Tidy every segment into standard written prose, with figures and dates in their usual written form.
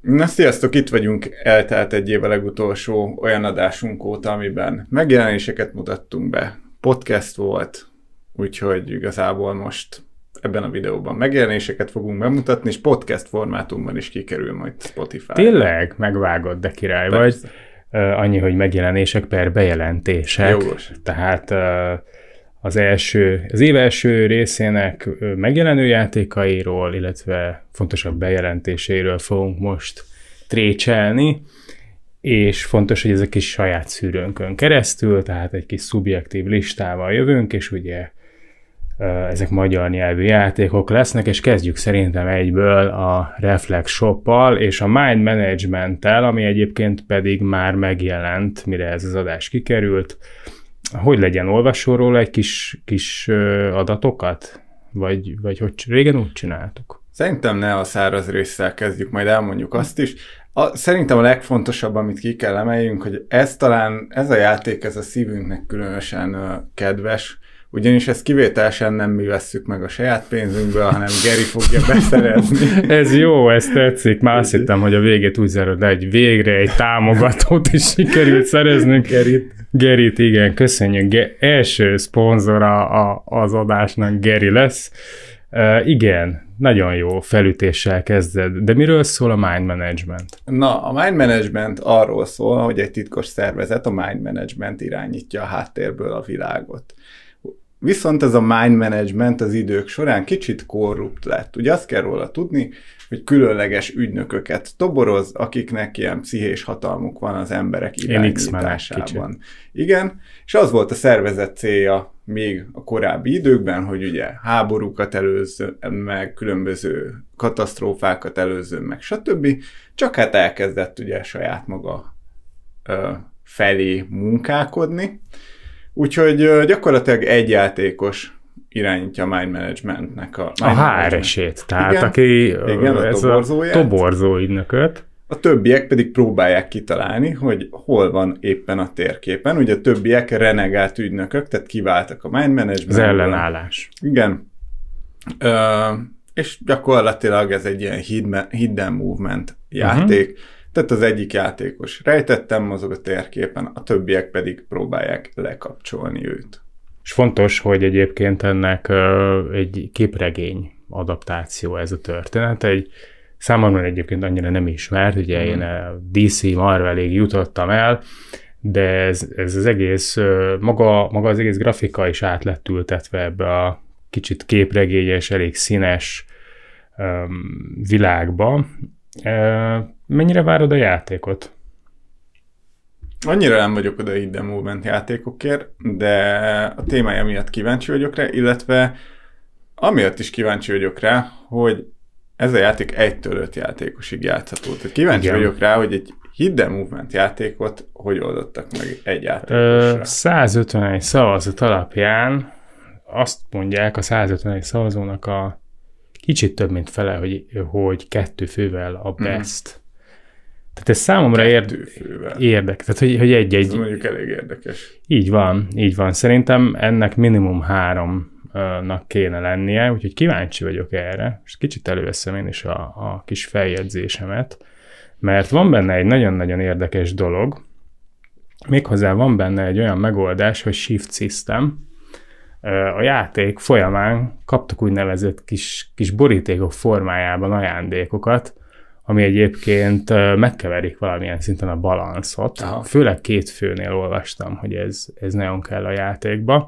Na sziasztok, itt vagyunk, eltelt egy év a legutolsó olyan adásunk óta, amiben megjelenéseket mutattunk be. Podcast volt, úgyhogy igazából most ebben a videóban megjelenéseket fogunk bemutatni, és podcast formátumban is kikerül majd Spotify-ra. Tényleg? Megvágod, de király Persze. vagy. Annyi, hogy megjelenések per bejelentések. Jogos. Tehát az év első részének megjelenő játékairól, illetve fontosabb bejelentéséről fogunk most trécselni, és fontos, hogy ezek is saját szűrőnkön keresztül, tehát egy kis szubjektív listával jövünk, és ugye ezek magyar nyelvű játékok lesznek, és kezdjük szerintem egyből a Reflex Shoppal és a Mind Management-tel, ami egyébként pedig már megjelent, mire ez az adás kikerült. Hogy legyen, olvasol róla egy kis adatokat? Vagy hogy régen úgy csináltuk? Szerintem ne a száraz résszel kezdjük, majd elmondjuk azt is. Szerintem a legfontosabb, amit ki kell emeljünk, hogy ez a játék, ez a szívünknek különösen kedves, ugyanis ezt kivételesen nem mi vesszük meg a saját pénzünkből, hanem Geri fogja beszerezni. Ez jó, ez tetszik. Már azt hittem, hogy a végét úgy zárod le, hogy végre egy támogatót is sikerült szereznünk. Gerit, igen, köszönjük. Első szponzora az adásnak Geri lesz. Igen, nagyon jó felütéssel kezded. De miről szól a Mind Management? Na, a Mind Management arról szól, hogy egy titkos szervezet, a Mind Management irányítja a háttérből a világot. Viszont ez a Mind Management az idők során kicsit korrupt lett. Ugye azt kell róla tudni, hogy különleges ügynököket toboroz, akiknek ilyen pszichés hatalmuk van az emberek irányításában. Igen, és az volt a szervezet célja még a korábbi időkben, hogy ugye háborúkat előzzön meg, különböző katasztrófákat előzzön meg, stb. Csak hát elkezdett ugye saját maga felé munkálkodni. Úgyhogy gyakorlatilag egy játékos irányítja a Mind Managementnek a HR-esét, tehát igen, aki igen, a toborzó ügynököt. A többiek pedig próbálják kitalálni, hogy hol van éppen a térképen. Ugye a többiek renegált ügynökök, tehát kiváltak a Mind Managementből. Az ellenállás. Igen. És gyakorlatilag ez egy ilyen hidden movement játék. Tehát az egyik játékos rejtetten mozog a térképen, a többiek pedig próbálják lekapcsolni őt. És fontos, hogy egyébként ennek egy képregény adaptáció ez a történet. Számomra egyébként annyira nem ismert, ugye én a DC Marvelig jutottam el, de ez az egész, maga az egész grafika is át lett ültetve ebbe a kicsit képregényes, elég színes világba. Mennyire várod a játékot? Annyira nem vagyok oda a Hidden Movement játékokért, de a témája miatt kíváncsi vagyok rá, illetve amiatt is kíváncsi vagyok rá, hogy ez a játék 1-től 5 játékosig játszható. Tehát kíváncsi vagyok rá, hogy egy Hidden Movement játékot hogy oldottak meg egy játékosra. 151 szavazat alapján azt mondják a 151 szavazónak a kicsit több, mint fele, hogy 2 fővel a best. Tehát ez számomra érdekes. Tehát, hogy egy-egy... Ez mondjuk elég érdekes. Így van. Szerintem ennek minimum 3-nak kéne lennie, úgyhogy kíváncsi vagyok erre. És kicsit előveszem én is a kis feljegyzésemet, mert van benne egy nagyon-nagyon érdekes dolog. Méghozzá van benne egy olyan megoldás, hogy Shift System. A játék folyamán kaptak úgynevezett kis borítékok formájában ajándékokat, ami egyébként megkeverik valamilyen szinten a balanszot. Aha. Főleg 2 főnél olvastam, hogy ez nagyon kell a játékba.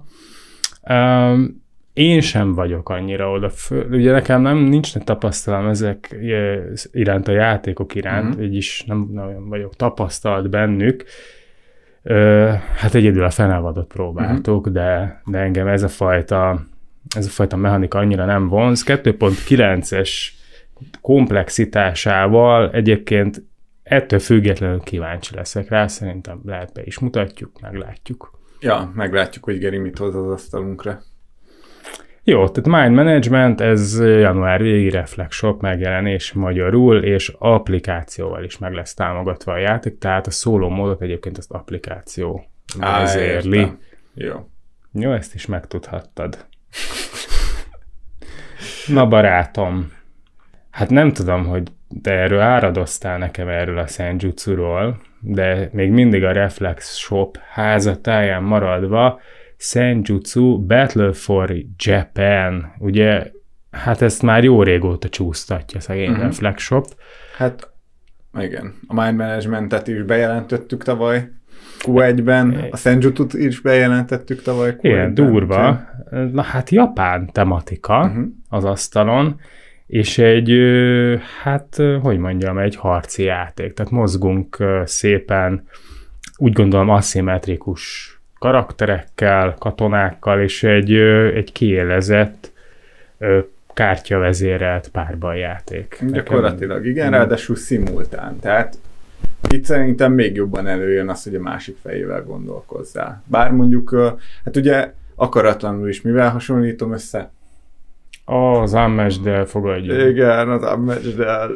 Én sem vagyok annyira oda. Ugye nekem nincs tapasztalam ezek iránt, a játékok iránt, így is nem vagyok tapasztalt bennük. Hát egyedül a fenelvadot próbáltuk, de engem ez a fajta mechanika annyira nem vonz. 2.9-es komplexitásával egyébként ettől függetlenül kíváncsi leszek rá, szerintem lehet be is mutatjuk, meglátjuk. Ja, meglátjuk, hogy Geri mit hoz az asztalunkra. Jó, tehát Mind Management, ez január végi Reflex Shop megjelenés magyarul, és applikációval is meg lesz támogatva a játék, tehát a szóló módot egyébként azt applikáció vezérli. Jó, ezt is megtudhattad. Na barátom, hát nem tudom, hogy te erről áradoztál nekem erről a Senjutsuról, de még mindig a Reflex Shop házatáján maradva, Senjutsu Battle for Japan, ugye, hát ezt már jó régóta csúsztatja szegény Reflex Shop. Hát igen, a Mind Managementet is bejelentettük tavaly Q1-ben, a Senjutsu-t is bejelentettük tavaly Q1-ben. Igen, durva. Na hát japán tematika az asztalon, és egy, hát, hogy mondjam, egy harci játék. Tehát mozgunk szépen, úgy gondolom, aszimmetrikus karakterekkel, katonákkal, és egy kiélezett, kártyavezérelt párbajjáték. Gyakorlatilag igen, ráadásul szimultán. Tehát itt szerintem még jobban előjön az, hogy a másik fejével gondolkozzál. Bár mondjuk, hát ugye akaratlanul is mivel hasonlítom össze? Az Unmatched-del fogadjuk. Igen, az Unmatched-del.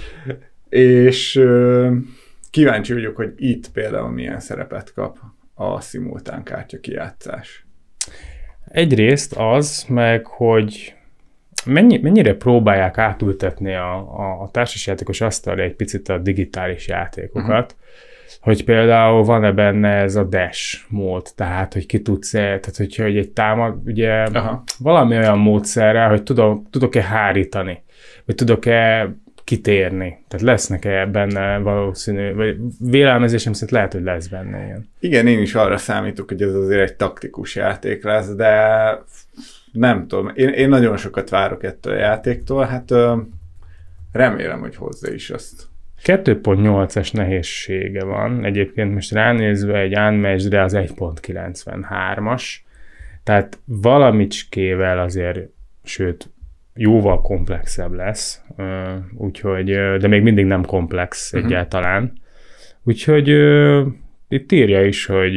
És kíváncsi vagyok, hogy itt például milyen szerepet kap a szimultán kártya kijátszás. Egyrészt az, meg hogy mennyire próbálják átültetni a társasjátékos asztalra egy picit a digitális játékokat, hogy például van-e benne ez a dash mód, tehát hogy ki tudsz, tehát hogyha egy támad, ugye valami olyan módszerrel, hogy tudok-e hárítani, vagy tudok-e kitérni. Tehát lesznek-e benne valószínű, vagy vélelmezésem szerint lehet, hogy lesz benne ilyen. Igen, én is arra számítok, hogy ez azért egy taktikus játék lesz, de nem tudom. Én nagyon sokat várok ettől a játéktól, hát remélem, hogy hozza is azt. 2.8-es nehézsége van. Egyébként most ránézve egy Unmatched-re az 1.93-as. Tehát valamicskével azért, sőt, jóval komplexebb lesz. Úgyhogy, de még mindig nem komplex egyáltalán. Úgyhogy itt írja is, hogy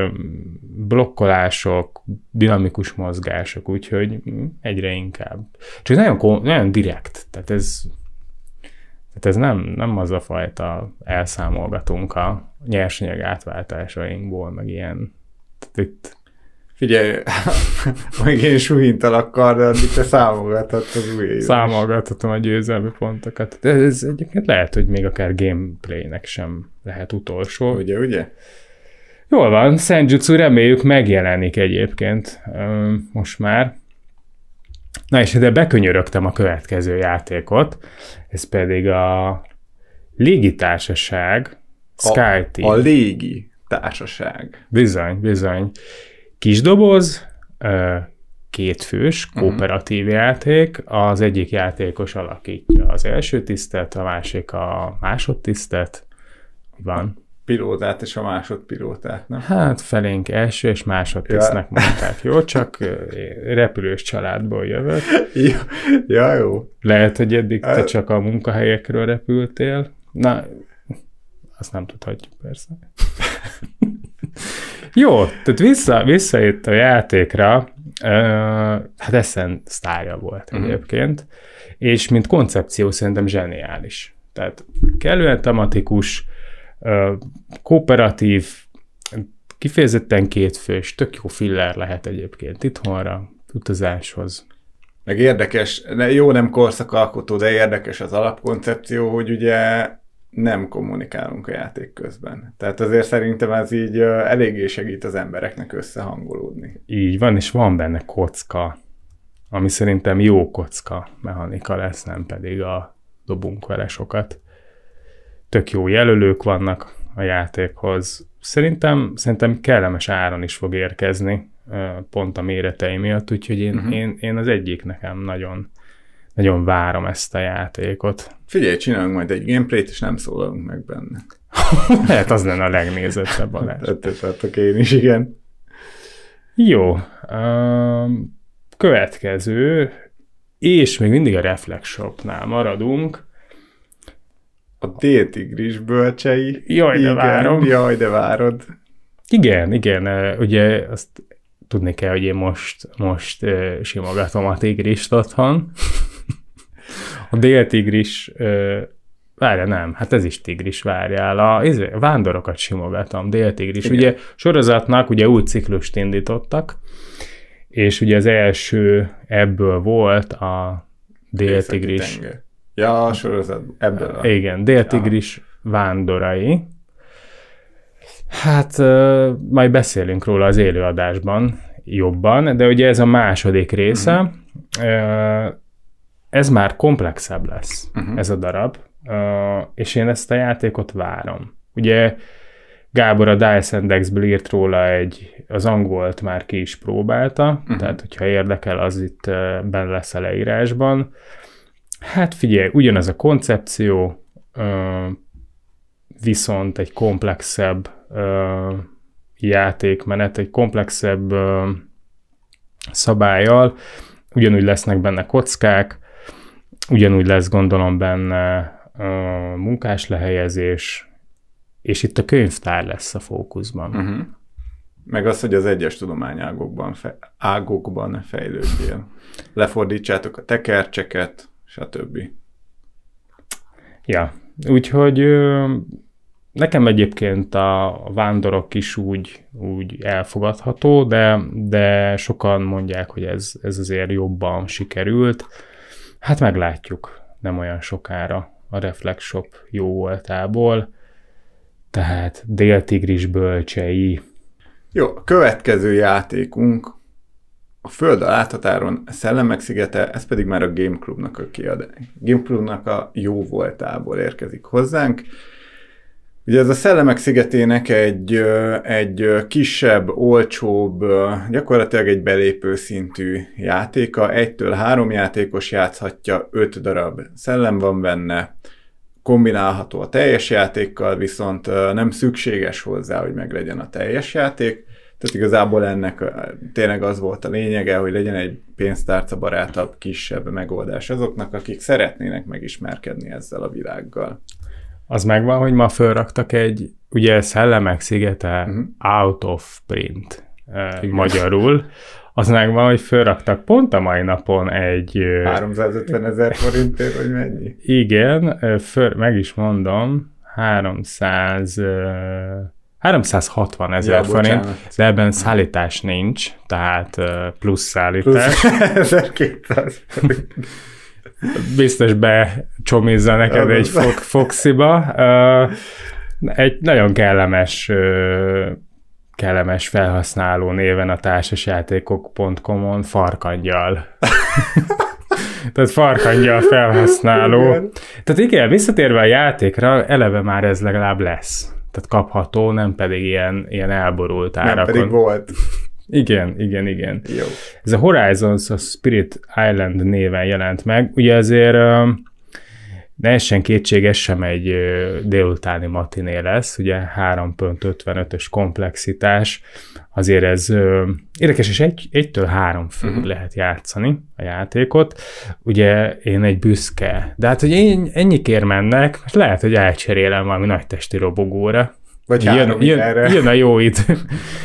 blokkolások, dinamikus mozgások, úgyhogy egyre inkább. Csak nagyon direkt, tehát ez nem az a fajta elszámolgatunk a nyersanyag átváltásainkból, meg ilyen. Tehát itt... Figyelj, amíg én suhintalak karra, addig te számolgathatsz az ujjai. Számolgathatom a győzelmi pontokat. De ez egyébként lehet, hogy még akár gameplaynek sem lehet utolsó. Ugye? Jól van, Senjutsu reméljük megjelenik egyébként most már. Na és de bekönyörögtem a következő játékot, ez pedig a légitársaság, SkyTeam. A légitársaság. Bizony. Kis doboz, kétfős, kooperatív játék, az egyik játékos alakítja az első tisztet, a másik a másodtisztet. Van. Pilótát és a másodpilótát, nem? Hát felénk első és másodtisztnek mondták, jó? Csak repülős családból jövök. Ja, jó. Lehet, hogy eddig te csak a munkahelyekről repültél. Na, azt nem tudhatjuk persze. Jó, tehát visszajött a játékra, hát Essen sztárja volt egyébként, és mint koncepció szerintem zseniális. Tehát kellően tematikus, kooperatív, kifejezetten kétfős, tök jó filler lehet egyébként itthonra, utazáshoz. Meg érdekes, jó nem korszakalkotó, de érdekes az alapkoncepció, hogy ugye nem kommunikálunk a játék közben. Tehát azért szerintem ez így eléggé segít az embereknek összehangolódni. Így van, és van benne kocka, ami szerintem jó kocka mechanika lesz, nem pedig a dobunk vele sokat. Tök jó jelölők vannak a játékhoz. Szerintem kellemes áron is fog érkezni, pont a méretei miatt, úgyhogy én az egyik nekem nagyon, nagyon várom ezt a játékot. Figyelj, csinálunk majd egy gameplayt, és nem szólalunk meg benne. Hát az lenne a legnézettebb adás. Tettek én is, igen. Jó. Következő, és még mindig a Reflex Shopnál maradunk. A Déltigris bölcsei. Jaj, de várom. Jaj, de várod. Igen. Ugye azt tudni kell, hogy én most simogatom a tigrist otthon. A Déltigris, várja, nem, hát ez is tigris, várjál. A vándorokat simogatom, Déltigris. Igen. Ugye sorozatnak ugye új ciklust indítottak, és ugye az első ebből volt a Déltigris. Ja, a sorozat ebből. Igen, Dél-Tigris vándorai. Hát majd beszélünk róla az élőadásban jobban, de ugye ez a második része, ez már komplexebb lesz, ez a darab, és én ezt a játékot várom. Ugye Gábor a Dice Index-ből írt róla az angolt már ki is próbálta, tehát hogyha érdekel, az itt benne lesz a leírásban. Hát figyelj, ugyanaz a koncepció, viszont egy komplexebb játékmenet, egy komplexebb szabállyal, ugyanúgy lesznek benne kockák, ugyanúgy lesz gondolom benne munkás lehelyezés, és itt a könyvtár lesz a fókuszban. Meg az, hogy az egyes tudományágokban fejlődjél. Lefordítsátok a tekercseket, stb. Ja, úgyhogy nekem egyébként a vándorok is úgy elfogadható, de sokan mondják, hogy ez azért jobban sikerült. Hát meglátjuk, nem olyan sokára a Reflex Shop jó voltából. Tehát Dél-Tigris bölcsei. Jó, a következő játékunk a Föld a láthatáron Szellemek szigete, ez pedig már a Game Clubnak a kiadás. Game Clubnak a jó voltából érkezik hozzánk. Ugye ez a Szellemek szigetének egy kisebb, olcsóbb, gyakorlatilag egy belépő szintű játéka. 1-től 3 játékos játszhatja, 5 darab szellem van benne, kombinálható a teljes játékkal, viszont nem szükséges hozzá, hogy meglegyen a teljes játék. Tehát igazából ennek tényleg az volt a lényege, hogy legyen egy pénztárca barátabb, kisebb megoldás azoknak, akik szeretnének megismerkedni ezzel a világgal. Az megvan, hogy ma fölraktak ugye Szellemek szigete out of print magyarul. Az megvan, hogy fölraktak pont a mai napon 350 000 forintért, vagy mennyi? Igen, meg is mondom, 360 000 forint, de ebben szállítás nincs, tehát plusz szállítás. Plusz 1200 forint. Biztos becsomizza neked egy Foxiba. Egy nagyon kellemes felhasználó néven a társasjátékok.com-on Farkangyal. Tehát Farkangyal felhasználó. Igen. Tehát igen, visszatérve a játékra, eleve már ez legalább lesz. Tehát kapható, nem pedig ilyen elborult árakon. Nem pedig volt. Igen. Jó. Ez a Horizons of Spirit Island néven jelent meg. Ugye azért ne essen kétséges, sem egy délutáni matiné lesz, ugye 3.55-ös komplexitás. Azért ez érdekes, és 1-től 3 főig lehet játszani a játékot. Ugye én egy büszke, de hát, hogy ennyikért mennek, lehet, hogy elcserélem valami nagy testi robogóra. Vagy jön a jó idő.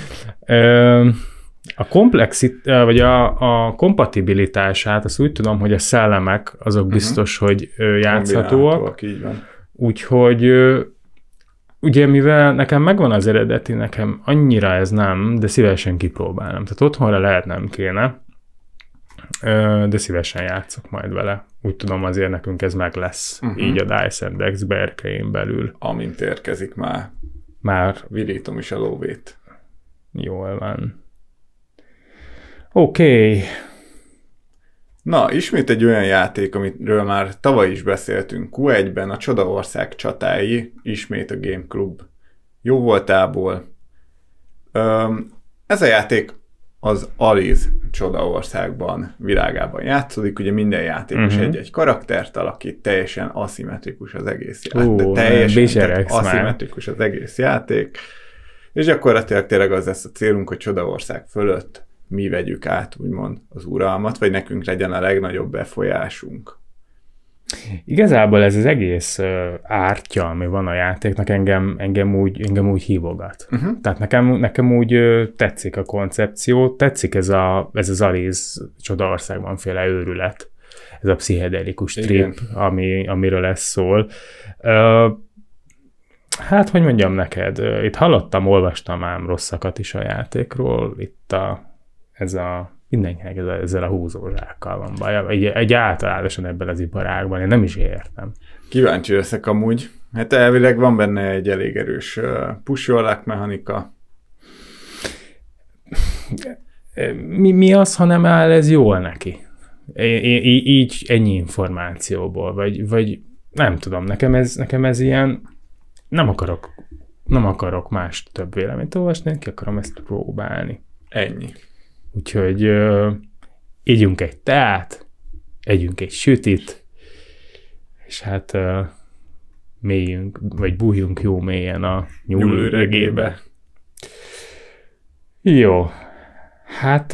A kompatibilitását, azt úgy tudom, hogy a szellemek azok biztos, hogy játszhatóak. Így van. Úgyhogy ugye mivel nekem megvan az eredeti, nekem annyira ez nem, de szívesen kipróbálom. Tehát otthonra lehet nem kéne, de szívesen játszok majd vele. Úgy tudom, azért nekünk ez meg lesz, így a Dice Index berkein belül. Amint érkezik már virítom is a lóvét. Jól van. Oké. Na, ismét egy olyan játék, amiről már tavaly is beszéltünk Q1-ben, a Csodaország csatái, ismét a Game Club jó voltából. Ez a játék az Alice Csodaországban világában játszódik, ugye minden játékos egy-egy karaktert alakít, teljesen aszimmetrikus az egész játék. De teljesen aszimmetrikus az egész játék, és gyakorlatilag tényleg az lesz a célunk, hogy Csodaország fölött mi vegyük át, úgymond, az uralmat, vagy nekünk legyen a legnagyobb befolyásunk. Igazából ez az egész ártya, ami van a játéknak, engem úgy hívogat. Tehát nekem úgy tetszik a koncepció, tetszik ez az Alice Csodaországban féle őrület, ez a pszichedelikus trip, amiről ez szól. Hát, hogy mondjam neked, itt olvastam ám rosszakat is a játékról, ez a mindenkinek ezzel a húzózsákkal van baj. Egy általánosan ebben az iparágban, én nem is értem. Kíváncsi leszek amúgy. Hát elvileg van benne egy elég erős push-your-luck mechanika. Mi az, ha nem áll ez jól neki? Így ennyi információból, vagy nem tudom, nekem ez ilyen, nem akarok más több véleményt olvasni, ki akarom ezt próbálni. Ennyi. Úgyhogy ígyünk egy teát, együnk egy sütit, és hát mélyünk, vagy bújjunk jó mélyen a nyúlőregébe. Jó, hát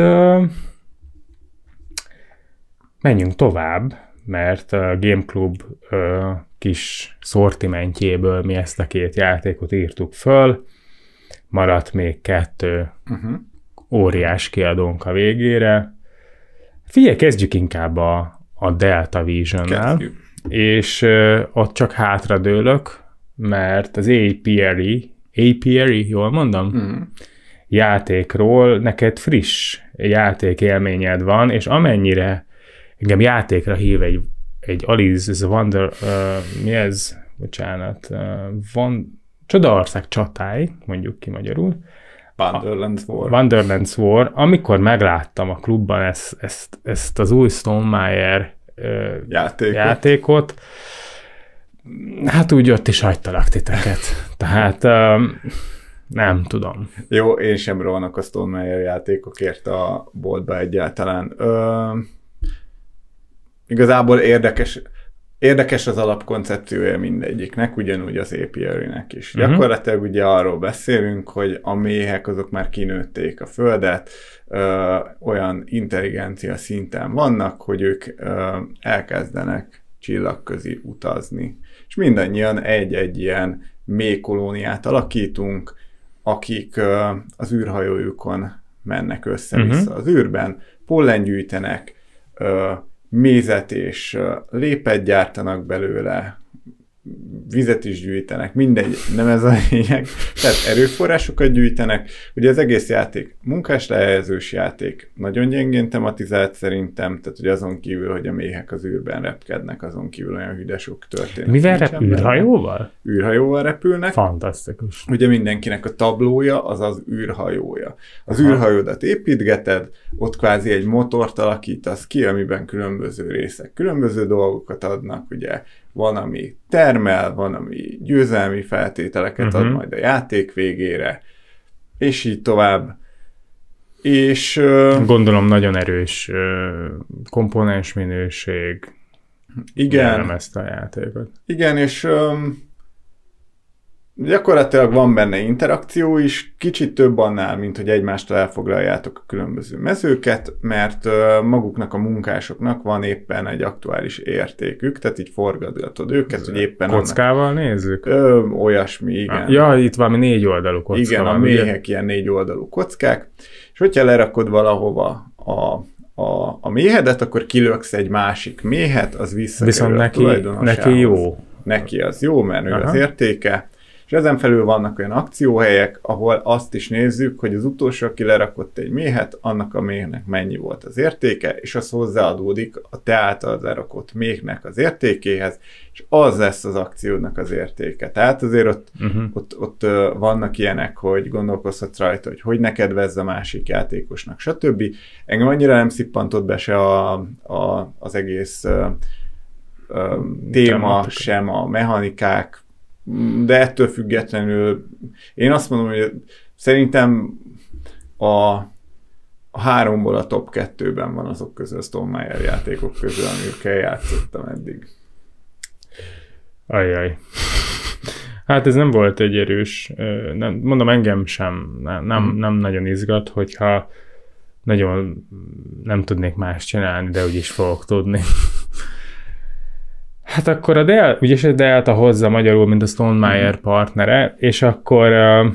menjünk tovább, mert a Game Club kis szortimentjéből mi ezt a 2 játékot írtuk föl, maradt még 2 óriás kiadónk a végére. Figyelj, kezdjük inkább a Delta Vision-nál, és ott csak hátradőlök, mert az Apiary, jól mondom? Játékról neked friss játékélményed van, és amennyire engem játékra hív egy Alice Wonder, mi ez? Bocsánat, Csodaország csatái, mondjuk ki magyarul. Wonderlands War. Amikor megláttam a klubban ezt az új Stone Meyer játékot, hát úgy ott is hagytalak titeket. Tehát nem tudom. Jó, én sem rohanok a Stone Meyer játékokért a boltba egyáltalán. Igazából érdekes az alapkoncepciója mindegyiknek, ugyanúgy az Apiary-nek is. Gyakorlatilag ugye arról beszélünk, hogy a méhek azok már kinőtték a földet, olyan intelligencia szinten vannak, hogy ők elkezdenek csillagközi utazni. És mindannyian egy-egy ilyen méh kolóniát alakítunk, akik az űrhajójukon mennek össze-vissza az űrben, pollen gyűjtenek, mézet és lépet gyártanak belőle, vizet is gyűjtenek, mindegy, nem ez a lényeg. Tehát erőforrásokat gyűjtenek. Ugye az egész játék munkás lehelyezős játék, nagyon gyengén tematizált szerintem, tehát ugye azon kívül, hogy a méhek az űrben repkednek, azon kívül olyan hüde sok történet. Mivel űrhajóval? Űrhajóval repülnek. Fantasztikus. Ugye mindenkinek a tablója az az űrhajója. Az űrhajódat építgeted, ott kvázi egy motort alakítasz ki, amiben különböző részek különböző dolgokat adnak, ugye van, ami termel, van, ami győzelmi feltételeket ad majd a játék végére, és így tovább. És gondolom nagyon erős komponens minőség. Igen. Ezt a játékot. Igen, és gyakorlatilag van benne interakció is, kicsit több annál, mint hogy egymástól elfoglaljátok a különböző mezőket, mert maguknak a munkásoknak van éppen egy aktuális értékük, tehát így forgatod őket, hogy éppen kockával annak, nézzük? Olyasmi, igen. Ja, itt valami 4 oldalú kocka. Igen, a méhek ilyen 4 oldalú kockák, és hogyha lerakod valahova a méhedet, akkor kilöksz egy másik méhet, az visszakerül a tulajdonosához. Neki jó. Neki az jó, mert ő az értéke. És ezen felül vannak olyan akcióhelyek, ahol azt is nézzük, hogy az utolsó, aki lerakott egy méhet, annak a méhnek mennyi volt az értéke, és az hozzáadódik a te által lerakott méhnek az értékéhez, és az lesz az akciódnak az értéke. Tehát azért ott vannak ilyenek, hogy gondolkozhatsz rajta, hogy ne kedvezz a másik játékosnak, stb. Engem annyira nem szippantott be se az egész téma, sem a mechanikák, de ettől függetlenül én azt mondom, hogy szerintem a 3-ból a top 2-ben van azok közül, a Stone Meyer játékok közül, amikkel játszottam eddig. Ajjaj. Hát ez nem volt egy erős, nem, mondom engem sem, nem nagyon izgat, hogyha nagyon nem tudnék más csinálni, de úgyis fogok tudni. Hát akkor úgyis a Delta hozza magyarul, mint a Stone Meyer partnere, és akkor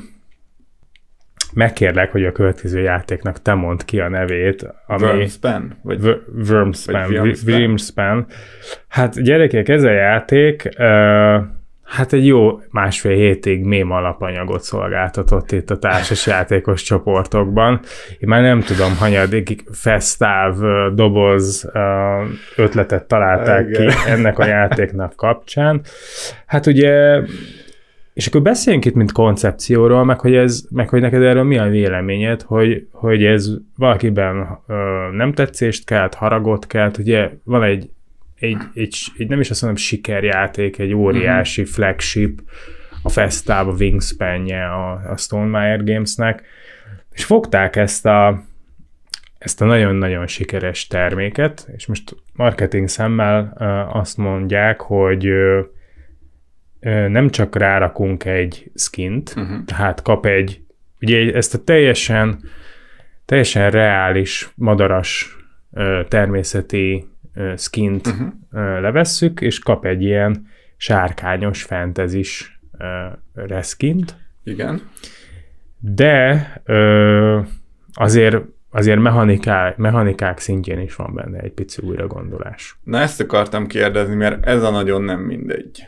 megkérlek, hogy a következő játéknak te mondd ki a nevét. Wormspan? Wormspan. Hát gyerekek, ez a játék Hát egy jó 1,5 hétig mém alapanyagot szolgáltatott itt a társasjátékos csoportokban. Én már nem tudom, hanyadik fesztáv, doboz ötletet találták ki ennek a játéknak kapcsán. Hát ugye, és akkor beszéljünk itt mint koncepcióról, meg hogy neked erről mi a véleményed, hogy ez valakiben nem tetszést kelt, haragot kelt, ugye van egy nem is azt mondom sikerjáték, egy óriási flagship, a Festáv, a Wingspanje a Stonemaier Gamesnek, és fogták ezt a nagyon-nagyon sikeres terméket, és most marketing szemmel azt mondják, hogy nem csak rárakunk egy skint, tehát kap ugye ezt a teljesen reális, madaras természeti skint levesszük, és kap egy ilyen sárkányos, fantasy-s reskint. Igen. De azért mechanikák szintjén is van benne egy pici újragondolás. Na ezt akartam kérdezni, mert ez a nagyon nem mindegy.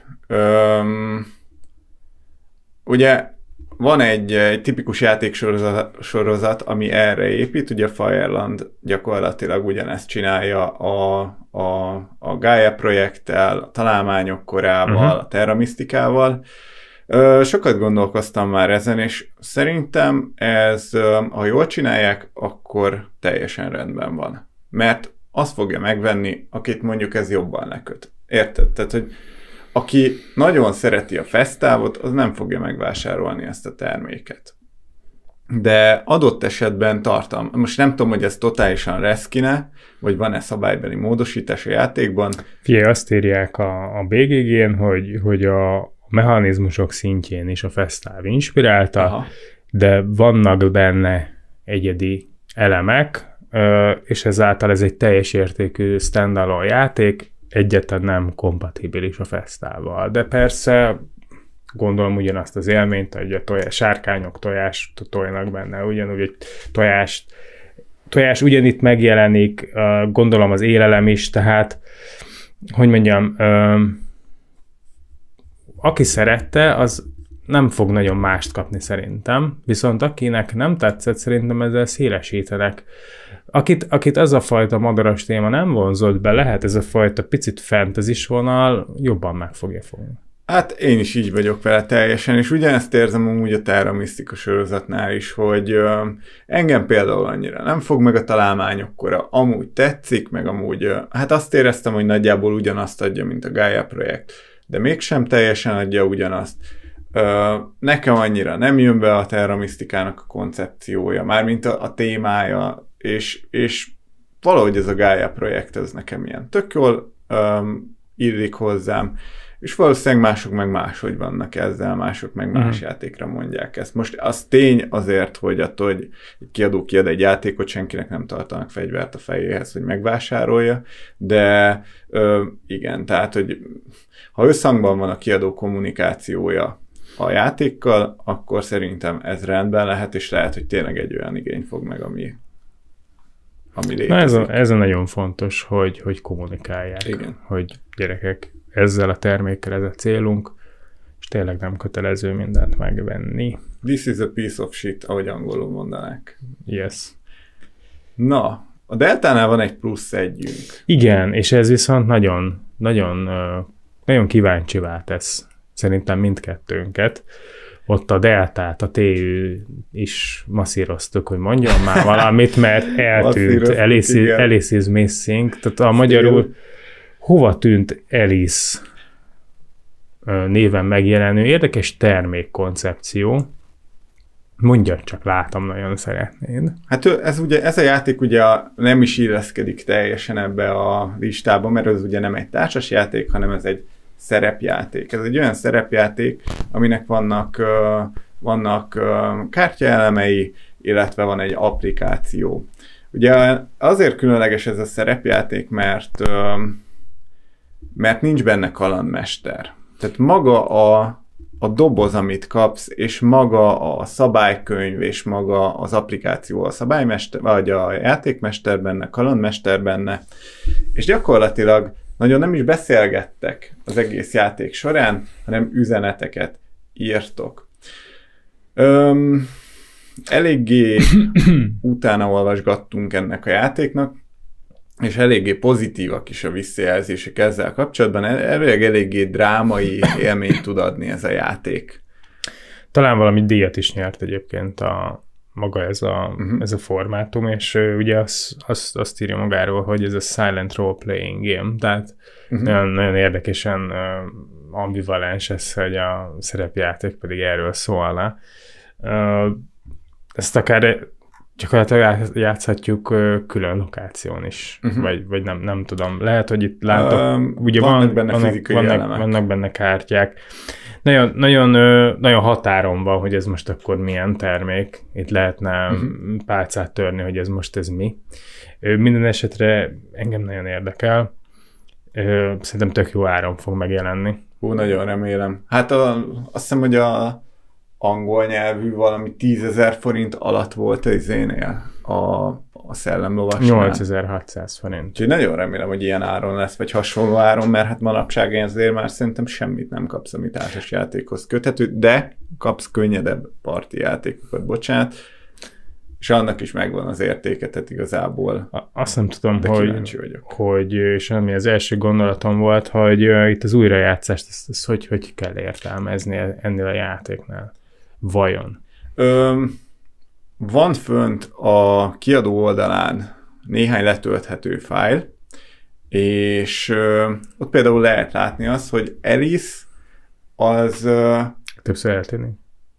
Ugye van egy tipikus játéksorozat, ami erre épít, ugye Fireland gyakorlatilag ugyanezt csinálja a Gaia projekttel, a Találmányok korával, a Terra Mysticával. Sokat gondolkoztam már ezen, és szerintem ez, ha jól csinálják, akkor teljesen rendben van. Mert azt fogja megvenni, akit mondjuk ez jobban leköt. Érted? Tehát, hogy aki nagyon szereti a Fesztávot, az nem fogja megvásárolni ezt a terméket. De adott esetben most nem tudom, hogy ez totálisan reszkine, vagy van-e szabálybeli módosítás a játékban. Figyelj, azt írják a BGG-n, hogy a mechanizmusok szintjén is a Festáv inspirálta, de vannak benne egyedi elemek, és ezáltal ez egy teljes értékű standalone játék, egyáltalán nem kompatibilis a Fesztával. De persze gondolom ugyanazt az élményt, hogy a sárkányok tojást tojnak benne, ugyanúgy egy tojás ugyanitt megjelenik, gondolom az élelem is, tehát hogy mondjam, aki szerette, az nem fog nagyon mást kapni szerintem, viszont akinek nem tetszett, szerintem ezzel szélesítenek. Akit ez a fajta madaras téma nem vonzott be, lehet ez a fajta picit fantasy-s vonal jobban meg fogja fogni. Hát én is így vagyok vele teljesen, és ugyanezt érzem amúgy a Terra Mystica sorozatnál is, hogy engem például annyira nem fog meg a Találmányokkora, amúgy tetszik, meg amúgy, hát azt éreztem, hogy nagyjából ugyanazt adja, mint a Gaia projekt, de mégsem teljesen adja ugyanazt. Nekem annyira nem jön be a Terra Mystikának a koncepciója, mármint a témája, és valahogy ez a Gaia projekt, ez nekem ilyen tök jól illik hozzám, és valószínűleg mások meg máshogy vannak ezzel, mások meg más játékra mondják ezt. Most az tény azért, hogy attól, hogy egy kiadó kiad egy játékot, senkinek nem tartanak fegyvert a fejéhez, hogy megvásárolja, de igen, tehát, hogy ha összhangban van a kiadó kommunikációja a játékkal, akkor szerintem ez rendben lehet, és lehet, hogy tényleg egy olyan igény fog meg, ami létezik. Na ez a nagyon fontos, hogy kommunikálják, igen. Hogy gyerekek, ezzel a termékkel ez a célunk, és tényleg nem kötelező mindent megvenni. This is a piece of shit, ahogy angolul mondanák. Yes. Na, a Deltánál van egy plusz együnk. Igen, és ez viszont nagyon, nagyon, nagyon kíváncsivá tesz szerintem mindkettőnket. Ott a Deltát, a TÜ is masszíroztuk, hogy mondjam már valamit, mert eltűnt. Alice is missing. Tehát a magyarul hova tűnt Alice néven megjelenő érdekes termékkoncepció. Mondjad csak, látom, nagyon szeretnéd. Hát ez a játék ugye nem is illeszkedik teljesen ebbe a listába, mert ez ugye nem egy társas játék, hanem ez egy szerepjáték. Ez egy olyan szerepjáték, aminek vannak kártyaelemei, illetve van egy applikáció. Ugye azért különleges ez a szerepjáték, mert nincs benne kalandmester. Tehát maga a doboz, amit kapsz, és maga a szabálykönyv, és maga az applikáció, a szabálymester, vagy a játékmester benne, kalandmester benne, és gyakorlatilag nagyon nem is beszélgettek az egész játék során, hanem üzeneteket írtok. Eléggé utána olvasgattunk ennek a játéknak, és eléggé pozitívak is a visszajelzések ezzel kapcsolatban. Eléggé drámai élményt tud adni ez a játék. Talán valami díjat is nyert egyébként maga ez a formátum, és ugye azt írja magáról, hogy ez a silent role-playing game, tehát nagyon, nagyon érdekesen ambivalens ez, hogy a szerepjáték pedig erről szólna. Ezt akár gyakorlatilag játszhatjuk külön lokáción is, vagy nem tudom. Lehet, hogy itt látok, ugye vannak benne fizikai elemek. Vannak benne kártyák. Nagyon határon van, hogy ez most akkor milyen termék. Itt lehetne pálcát törni, hogy ez mi. Minden esetre engem nagyon érdekel. Szerintem tök jó áron fog megjelenni. Nagyon remélem. Hát azt hiszem, hogy a angol nyelvű valami 10 000 forint alatt volt az izénél a szellemlovasnál. 8600 forint. Úgyhogy nagyon remélem, hogy ilyen áron lesz, vagy hasonló áron, mert hát manapság ezért már szerintem semmit nem kapsz, ami társas játékhoz köthető, de kapsz könnyedebb parti játékokat, bocsánat, és annak is megvan az értéke, tehát igazából. Azt nem tudom, hogy és ami az első gondolatom volt, hogy itt az újrajátszást, ezt hogy kell értelmezni ennél a játéknál? Vajon? Van fönt a kiadó oldalán néhány letölthető fájl, és ott például lehet látni azt, hogy Alice az... Többször eltűnik?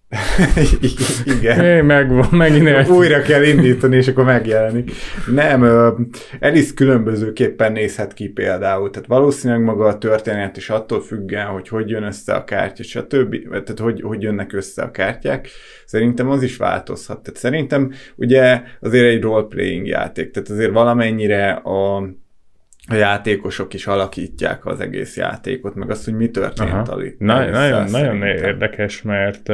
Igen. Megint újra kell indítani, és akkor megjelenik. Nem, Alice különbözőképpen nézhet ki például. Tehát valószínűleg maga a történet is attól függően, hogy jön össze a kártya, stb. Tehát hogy jönnek össze a kártyák. Szerintem az is változhat. Tehát szerintem ugye azért egy role-playing játék. Tehát azért valamennyire a játékosok is alakítják az egész játékot, meg azt, hogy mi történt alig. Nagyon érdekes, mert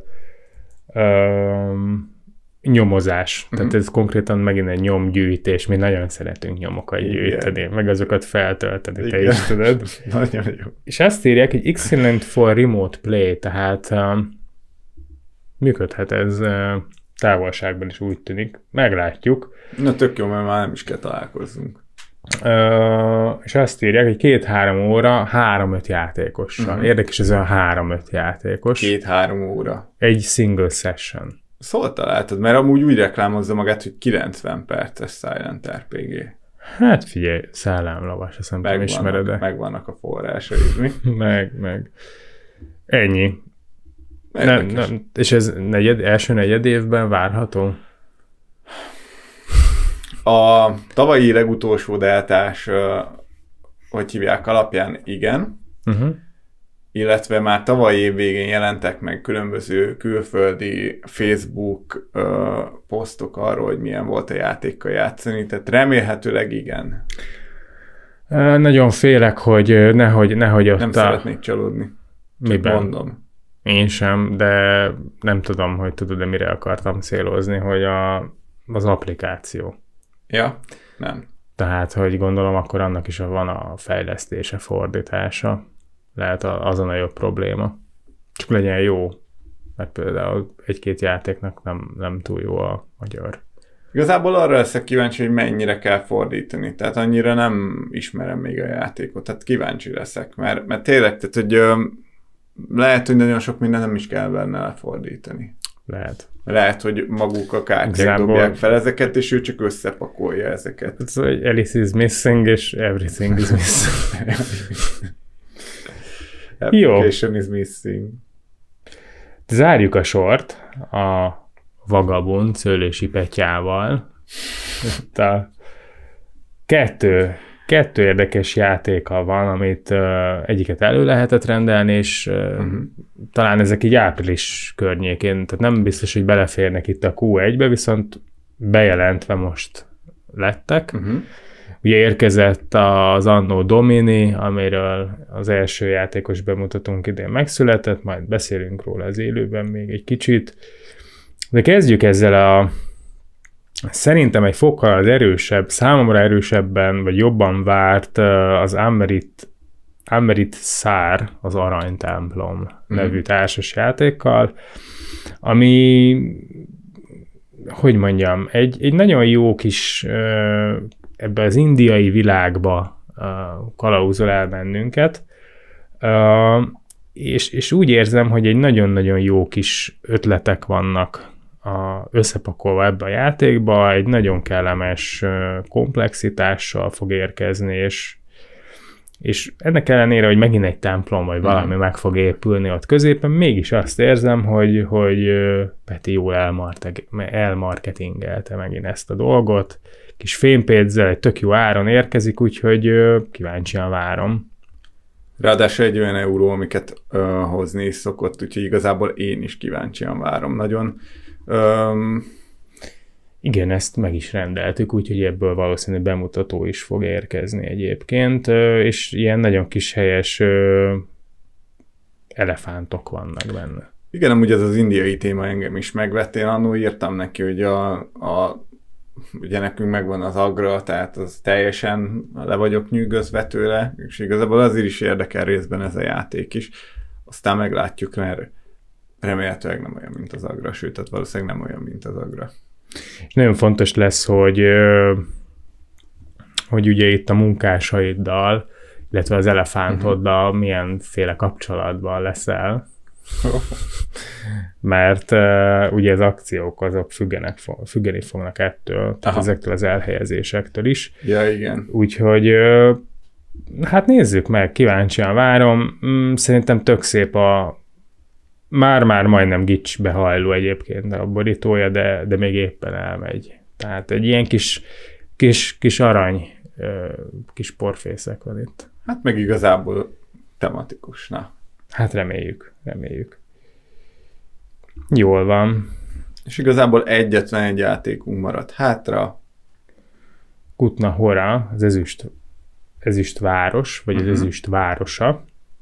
nyomozás. Tehát ez konkrétan megint egy nyomgyűjtés. Mi nagyon szeretünk nyomokat gyűjteni, meg azokat feltölteni, te is tudod. Nagyon jó. És azt írják, hogy excellent for remote play, tehát működhet ez távolságban is, úgy tűnik. Meglátjuk. Na tök jó, mert már nem is kell találkozzunk. És azt írják, hogy 2-3 óra 3-5 játékossal. Érdekes ez a 3-5 játékos. 2-3 óra. Egy single session. Szóval találtad, mert amúgy úgy reklámozza magát, hogy 90 perces Silent RPG. Hát figyelj, szellemlovas, azt nem ismered. Megvannak a forrásai, mi? meg. Ennyi. Nem, és ez első negyed évben várható? A tavalyi legutolsó deltás, hogy hívják, alapján igen, illetve már tavalyi év végén jelentek meg különböző külföldi Facebook posztok arról, hogy milyen volt a játékkal játszani, tehát remélhetőleg igen. Nagyon félek, hogy nehogy ott nem szeretnék csalódni. Miben? Mondom. Én sem, de nem tudom, hogy tudod-e mire akartam célozni, hogy az applikáció. Ja, nem. Tehát, hogy gondolom, akkor annak is van a fejlesztése, fordítása. Lehet az a nagyobb probléma. Csak legyen jó, mert például egy-két játéknak nem túl jó a magyar. Igazából arra leszek kíváncsi, hogy mennyire kell fordítani. Tehát annyira nem ismerem még a játékot. Tehát kíváncsi leszek, mert tényleg, tehát, hogy lehet, hogy nagyon sok minden nem is kell benne lefordítani. Lehet, hogy maguk a kártyák dobják fel ezeket, és ő csak összepakolja ezeket. Ez, hogy Alice is missing, és everything is missing. Application is missing. Zárjuk a sort a Vagabond Szőlősi Petyával. Itt a kettő érdekes játéka van, amit egyiket elő lehetett rendelni, és talán ezek így április környékén, tehát nem biztos, hogy beleférnek itt a Q1-be, viszont bejelentve most lettek. Ugye érkezett az Anno Domini, amiről az első játékos bemutatónk idén megszületett, majd beszélünk róla az élőben még egy kicsit. De kezdjük ezzel Szerintem egy fokkal az erősebb, számomra erősebben, vagy jobban várt az Amerit Szár, az Aranytemplom nevű társasjátékkal, ami, hogy mondjam, egy nagyon jó kis ebbe az indiai világba kalauzol el bennünket, és úgy érzem, hogy egy nagyon-nagyon jó kis ötletek vannak összepakolva ebbe a játékba, egy nagyon kellemes komplexitással fog érkezni, és ennek ellenére, hogy megint egy templom, vagy valami meg fog épülni ott középen, mégis azt érzem, hogy Peti jól elmarketingelte megint ezt a dolgot, kis fémpénzzel egy tök jó áron érkezik, úgyhogy kíváncsian várom. Ráadásul egy olyan euró, amiket hozni is szokott, úgyhogy igazából én is kíváncsian várom nagyon. Igen, ezt meg is rendeltük, úgyhogy ebből valószínű bemutató is fog érkezni egyébként, és ilyen nagyon kis helyes elefántok vannak benne. Igen, amúgy ez az indiai téma engem is megvett. Én annól írtam neki, hogy ugye nekünk megvan az Agra, tehát az teljesen le vagyok nyűgözve tőle, és igazából azért is érdekel részben ez a játék is. Aztán meglátjuk, mert remélhetőleg nem olyan, mint az Agra, sőt, tehát valószínűleg nem olyan, mint az Agra. És nagyon fontos lesz, hogy ugye itt a munkásaiddal, illetve az elefántoddal milyenféle kapcsolatban leszel. Mert ugye az akciók azok függeni fognak ettől, tehát ezektől az elhelyezésektől is. Ja, igen. Úgyhogy hát nézzük meg, kíváncsian várom. Szerintem tök szép már majdnem gicsbe hajló egyébként a borítója, de még éppen elmegy. Tehát egy ilyen kis arany, kis porfészek van itt. Hát meg igazából tematikus, na. Hát reméljük. Jól van. És igazából egyetlen egy játékunk maradt hátra. Kutna Hora, az ezüst város, vagy az ezüst városa.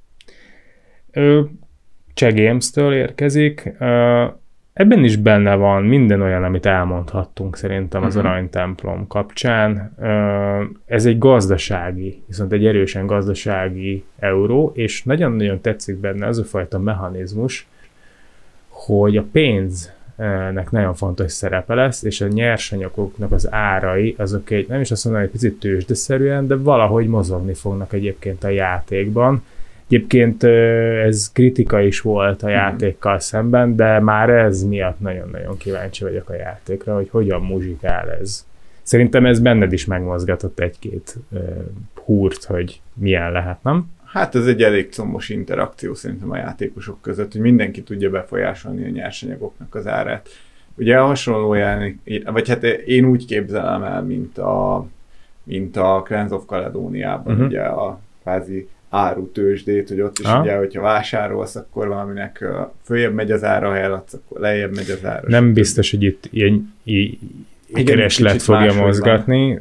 Cseh Games-től érkezik. Ebben is benne van minden olyan, amit elmondhattunk szerintem az Aranytemplom kapcsán. Ez egy gazdasági, viszont egy erősen gazdasági euró, és nagyon-nagyon tetszik benne az a fajta mechanizmus, hogy a pénznek nagyon fontos szerepe lesz, és a nyersanyagoknak az árai, azok nem is azt mondom, hogy picit tőzsdeszerűen, de valahogy mozogni fognak egyébként a játékban. Egyébként ez kritika is volt a játékkal szemben, de már ez miatt nagyon-nagyon kíváncsi vagyok a játékra, hogy hogyan muzsikál ez. Szerintem ez benned is megmozgatott egy-két húrt, hogy milyen lehet, nem? Hát ez egy elég combos interakció szerintem a játékosok között, hogy mindenki tudja befolyásolni a nyersanyagoknak az árát. Ugye hasonló vagy hát én úgy képzelem el, mint a Clans of Caledoniában, ugye a kvázi árutőzsdét, hogy ott is ugye, hogyha vásárolsz, akkor valaminek följebb megy az ára, ha eladsz, akkor lejjebb megy az ára. Nem biztos, hogy itt ilyen kereslet fogja mozgatni.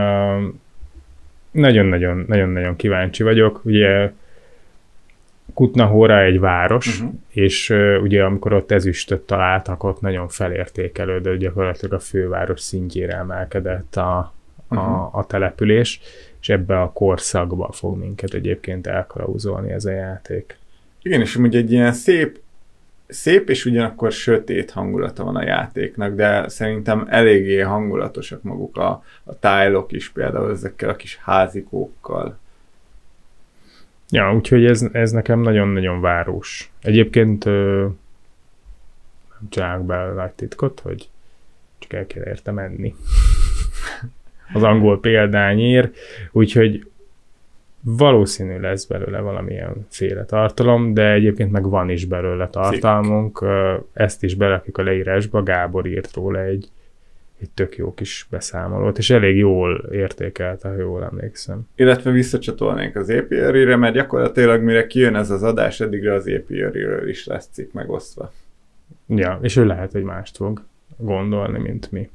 Nagyon-nagyon kíváncsi vagyok. Ugye Kutna Hora egy város, és ugye amikor ott ezüstöt találtak, ott nagyon felértékelődött, gyakorlatilag a főváros szintjére emelkedett a település, és ebbe a korszakba fog minket egyébként elkalauzolni ez a játék. Igen, és ugye egy ilyen szép és ugyanakkor sötét hangulata van a játéknak, de szerintem eléggé hangulatosak maguk a tájlok is, például ezekkel a kis házikókkal. Ja, úgyhogy ez nekem nagyon-nagyon város. Egyébként nem csinálok bele nagy titkot, hogy csak el kell érte menni. Az angol példányért, úgyhogy valószínű lesz belőle valamilyen féle tartalom, de egyébként meg van is belőle tartalmunk. Ezt is berakjuk a leírásba, Gábor írt róla egy tök jó kis beszámolót, és elég jól értékelte, ha jól emlékszem. Illetve visszacsatolnénk az APR-re, mert gyakorlatilag mire kijön ez az adás, eddigre az APR-ről is lesz cikk megosztva. Ja, és ő lehet, hogy mást fog gondolni, mint mi.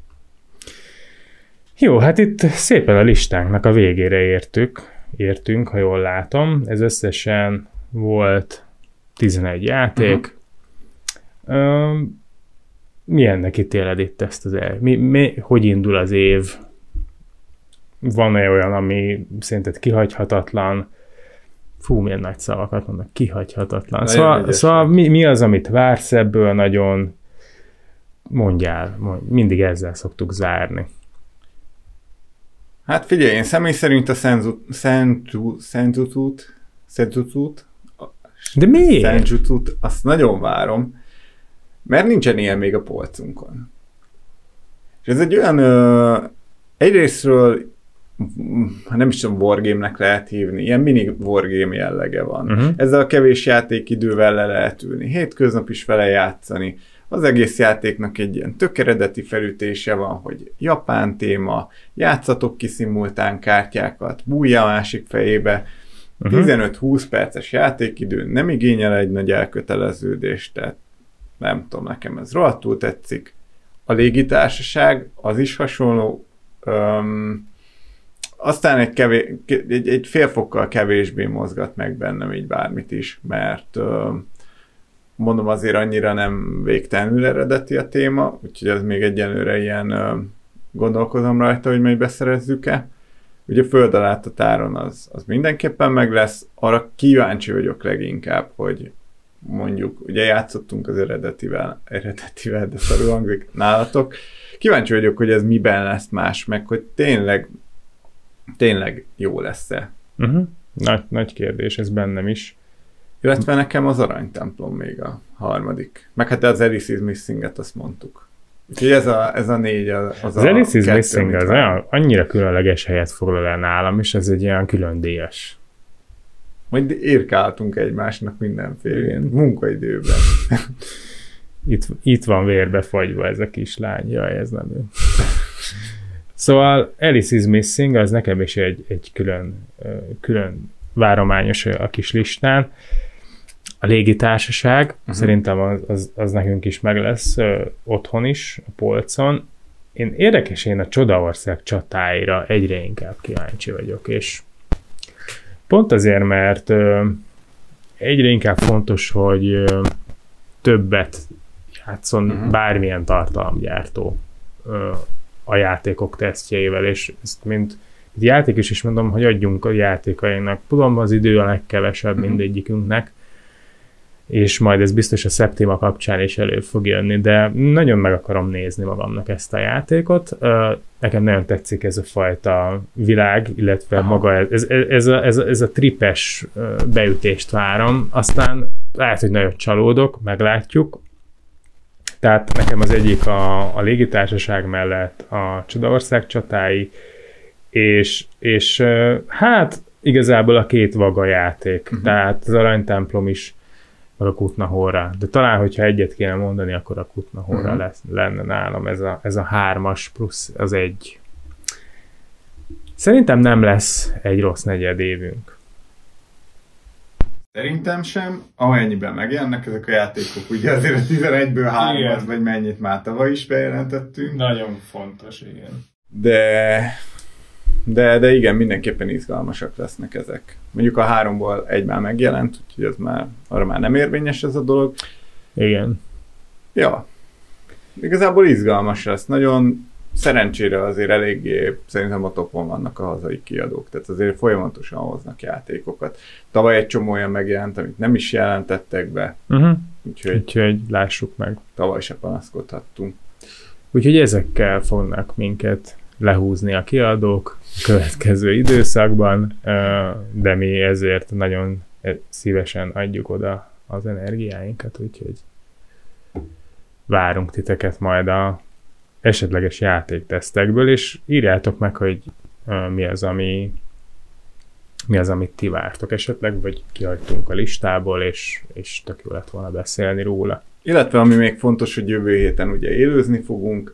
Jó, hát itt szépen a listánknak a végére értünk, ha jól látom. Ez összesen volt 11 játék. Milyennek ítéled itt ezt az hogy indul az év? Van-e olyan, ami szerinted kihagyhatatlan? Fú, milyen nagy szavakat mondnak, kihagyhatatlan. Szóval mi az, amit vársz ebből nagyon? Mondjál, mindig ezzel szoktuk zárni. Hát figyelj, én személy szerint a Senjutut, de miért? Senjutut, azt nagyon várom, mert nincsen ilyen még a polcunkon. És ez egy olyan, egyrésztről, nem is tudom, wargame-nek lehet hívni, ilyen mini wargame jellege van. Ezzel a kevés játékidővel le lehet ülni, hétköznap is vele játszani. Az egész játéknak egy ilyen tök eredeti felütése van, hogy japán téma, játszatok ki szimultán kártyákat, bújja a másik fejébe, 15-20 perces játékidő, nem igényel egy nagy elköteleződést, tehát nem tudom, nekem ez rohadtul tetszik. A légitársaság, az is hasonló, aztán egy fél fokkal kevésbé mozgat meg bennem így bármit is, mert mondom, azért annyira nem végtelenül eredeti a téma, úgyhogy ez még egyenlőre ilyen gondolkozom rajta, hogy majd beszerezzük-e. Ugye föld alá a táron az mindenképpen meg lesz, arra kíváncsi vagyok leginkább, hogy mondjuk, ugye játszottunk az eredetivel, de szarul hangzik nálatok. Kíváncsi vagyok, hogy ez miben lesz más, meg hogy tényleg jó lesz-e. Nagy kérdés, ez bennem is. Illetve nekem az aranytemplom még a harmadik. Meg hát az Alice is Missing-et azt mondtuk. Úgyhogy ez a négy az Alice is Missing az olyan, annyira különleges helyet foglal el nálam, és ez egy ilyen külön díjas. Majd írkáltunk egymásnak mindenféle munkaidőben. Itt van vérbe fagyva ez a kislány. Jaj, ez nem ő. Szóval Alice is Missing az nekem is egy külön várományos a kis listán. A légitársaság, szerintem az nekünk is meg lesz otthon is, a polcon. Én a Csodaország csatáira egyre inkább kíváncsi vagyok, és pont azért, mert egyre inkább fontos, hogy többet játszon bármilyen tartalomgyártó a játékok tesztjeivel, és ezt mint játékos is mondom, hogy adjunk a játékainknak. Tudom, az idő a legkevesebb mindegyikünknek, és majd ez biztos a Septima kapcsán is elő fog jönni, de nagyon meg akarom nézni magamnak ezt a játékot. Nekem nagyon tetszik ez a fajta világ, illetve maga ez a tripes beütést várom. Aztán lehet, hogy nagyon csalódok, meglátjuk. Tehát nekem az egyik a légitársaság mellett a Csodaország csatái, és hát igazából a két vaga játék, tehát az aranytemplom is, meg a Kutna-Hora. De talán, hogyha egyet kéne mondani, akkor a Kutna-Hora lenne nálam ez a 3-as plusz az 1. Szerintem nem lesz egy rossz negyed évünk. Szerintem sem, amennyiben megjelennek ezek a játékok, ugye azért a 11-ből 3-at, vagy mennyit már tavaly is bejelentettünk. Nagyon fontos, igen. De igen, mindenképpen izgalmasak lesznek ezek. Mondjuk a 3-ból egy már megjelent, úgyhogy arra már nem érvényes ez a dolog. Igen. Ja. Igazából izgalmas lesz. Nagyon szerencsére azért eléggé szerintem a topon vannak a hazai kiadók, tehát azért folyamatosan hoznak játékokat. Tavaly egy csomó olyan megjelent, amit nem is jelentettek be. Úgyhogy lássuk meg. Tavaly se panaszkodhattunk. Úgyhogy ezekkel fognak minket lehúzni a kiadók a következő időszakban, de mi ezért nagyon szívesen adjuk oda az energiáinkat, úgyhogy várunk titeket majd a esetleges játéktesztekből, és írjátok meg, hogy mi az, amit ti vártok esetleg, vagy kihagytunk a listából, és tök jó lett volna beszélni róla. Illetve ami még fontos, hogy jövő héten ugye élőzni fogunk.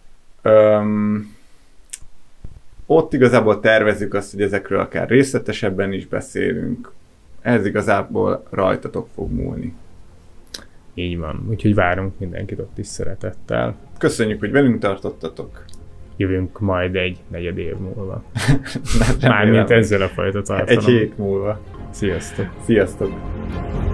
Ott igazából tervezzük azt, hogy ezekről akár részletesebben is beszélünk. Ez igazából rajtatok fog múlni. Így van. Úgyhogy várunk mindenkit ott is szeretettel. Köszönjük, hogy velünk tartottatok. Jövünk majd egy negyed év múlva. Mármint ezzel a fajta tartalom. Egy hét múlva. Sziasztok! Sziasztok!